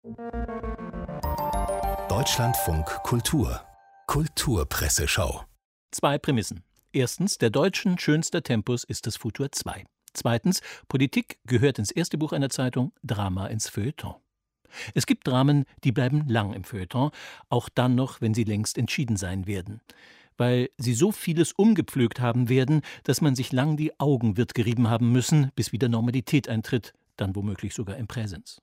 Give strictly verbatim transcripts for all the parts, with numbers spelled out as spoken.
Deutschlandfunk Kultur Kulturpresseschau. Zwei Prämissen. Erstens, der Deutschen schönster Tempus ist das Futur zwei. Zweitens, Politik gehört ins erste Buch einer Zeitung, Drama ins Feuilleton. Es gibt Dramen, die bleiben lang im Feuilleton, auch dann noch, wenn sie längst entschieden sein werden. Weil sie so vieles umgepflügt haben werden, dass man sich lang die Augen wird gerieben haben müssen, bis wieder Normalität eintritt, dann womöglich sogar im Präsens.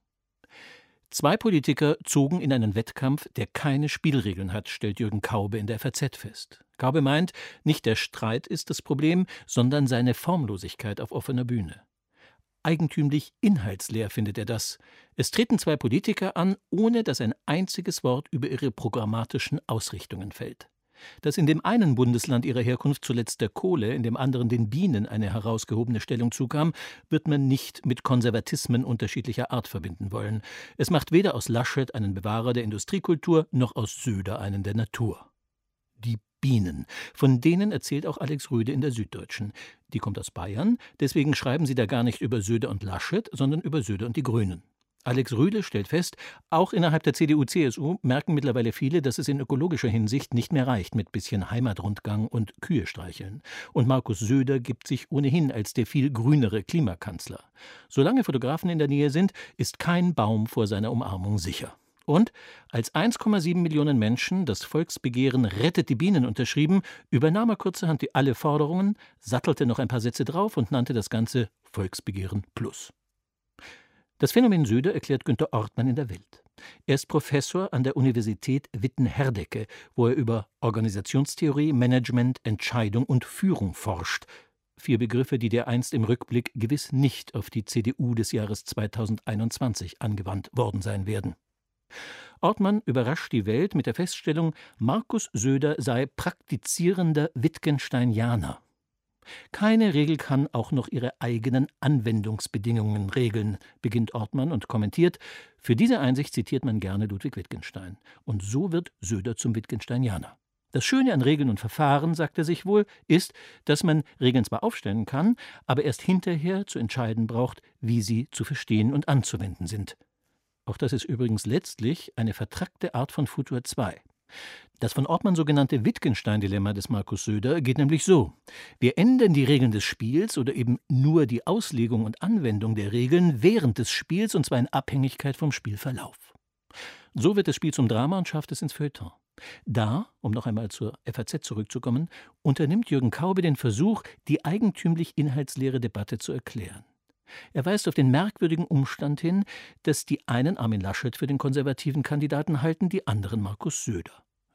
Zwei Politiker zogen in einen Wettkampf, der keine Spielregeln hat, stellt Jürgen Kaube in der F A Z fest. Kaube meint, nicht der Streit ist das Problem, sondern seine Formlosigkeit auf offener Bühne. Eigentümlich inhaltsleer findet er das. Es treten zwei Politiker an, ohne dass ein einziges Wort über ihre programmatischen Ausrichtungen fällt. Dass in dem einen Bundesland ihrer Herkunft zuletzt der Kohle, in dem anderen den Bienen eine herausgehobene Stellung zukam, wird man nicht mit Konservatismen unterschiedlicher Art verbinden wollen. Es macht weder aus Laschet einen Bewahrer der Industriekultur, noch aus Söder einen der Natur. Die Bienen. Von denen erzählt auch Alex Rüde in der Süddeutschen. Die kommt aus Bayern, deswegen schreiben sie da gar nicht über Söder und Laschet, sondern über Söder und die Grünen. Alex Rühle stellt fest, auch innerhalb der C D U C S U merken mittlerweile viele, dass es in ökologischer Hinsicht nicht mehr reicht mit bisschen Heimatrundgang und Kühe streicheln. Und Markus Söder gibt sich ohnehin als der viel grünere Klimakanzler. Solange Fotografen in der Nähe sind, ist kein Baum vor seiner Umarmung sicher. Und als eins Komma sieben Millionen Menschen das Volksbegehren Rettet die Bienen unterschrieben, übernahm er kurzerhand die alle Forderungen, sattelte noch ein paar Sätze drauf und nannte das Ganze Volksbegehren Plus. Das Phänomen Söder erklärt Günter Ortmann in der Welt. Er ist Professor an der Universität Witten-Herdecke, wo er über Organisationstheorie, Management, Entscheidung und Führung forscht. Vier Begriffe, die dereinst im Rückblick gewiss nicht auf die C D U des Jahres zweitausendeinundzwanzig angewandt worden sein werden. Ortmann überrascht die Welt mit der Feststellung, Markus Söder sei praktizierender Wittgensteinianer. Keine Regel kann auch noch ihre eigenen Anwendungsbedingungen regeln, beginnt Ortmann und kommentiert, für diese Einsicht zitiert man gerne Ludwig Wittgenstein. Und so wird Söder zum Wittgensteinianer. Das Schöne an Regeln und Verfahren, sagt er sich wohl, ist, dass man Regeln zwar aufstellen kann, aber erst hinterher zu entscheiden braucht, wie sie zu verstehen und anzuwenden sind. Auch das ist übrigens letztlich eine vertrackte Art von Futur zwei. Das von Ortmann sogenannte Wittgenstein-Dilemma des Markus Söder geht nämlich so: Wir ändern die Regeln des Spiels oder eben nur die Auslegung und Anwendung der Regeln während des Spiels, und zwar in Abhängigkeit vom Spielverlauf. So wird das Spiel zum Drama und schafft es ins Feuilleton. Da, um noch einmal zur F A Z zurückzukommen, unternimmt Jürgen Kaube den Versuch, die eigentümlich inhaltsleere Debatte zu erklären. Er weist auf den merkwürdigen Umstand hin, dass die einen Armin Laschet für den konservativen Kandidaten halten, die anderen Markus Söder.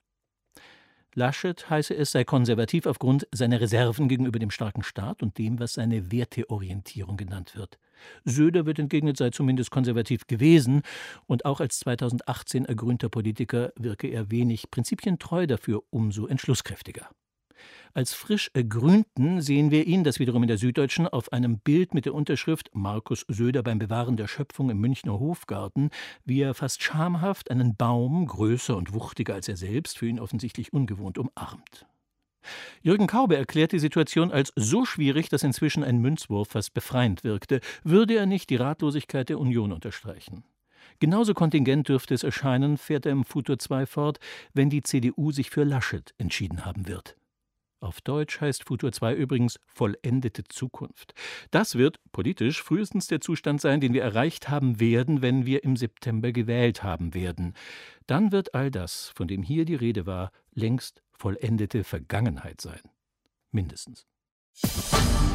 Laschet, heiße es, sei konservativ aufgrund seiner Reserven gegenüber dem starken Staat und dem, was seine Werteorientierung genannt wird. Söder wird entgegnet, sei zumindest konservativ gewesen, und auch als zweitausendachtzehn ergrünter Politiker wirke er wenig prinzipientreu, dafür umso entschlusskräftiger. Als frisch Ergrünten sehen wir ihn, das wiederum in der Süddeutschen, auf einem Bild mit der Unterschrift Markus Söder beim Bewahren der Schöpfung im Münchner Hofgarten, wie er fast schamhaft einen Baum, größer und wuchtiger als er selbst, für ihn offensichtlich ungewohnt, umarmt. Jürgen Kaube erklärt die Situation als so schwierig, dass inzwischen ein Münzwurf fast befreiend wirkte, würde er nicht die Ratlosigkeit der Union unterstreichen. Genauso kontingent dürfte es erscheinen, fährt er im Futur zwei fort, wenn die C D U sich für Laschet entschieden haben wird. Auf Deutsch heißt Futur zwei übrigens vollendete Zukunft. Das wird politisch frühestens der Zustand sein, den wir erreicht haben werden, wenn wir im September gewählt haben werden. Dann wird all das, von dem hier die Rede war, längst vollendete Vergangenheit sein. Mindestens.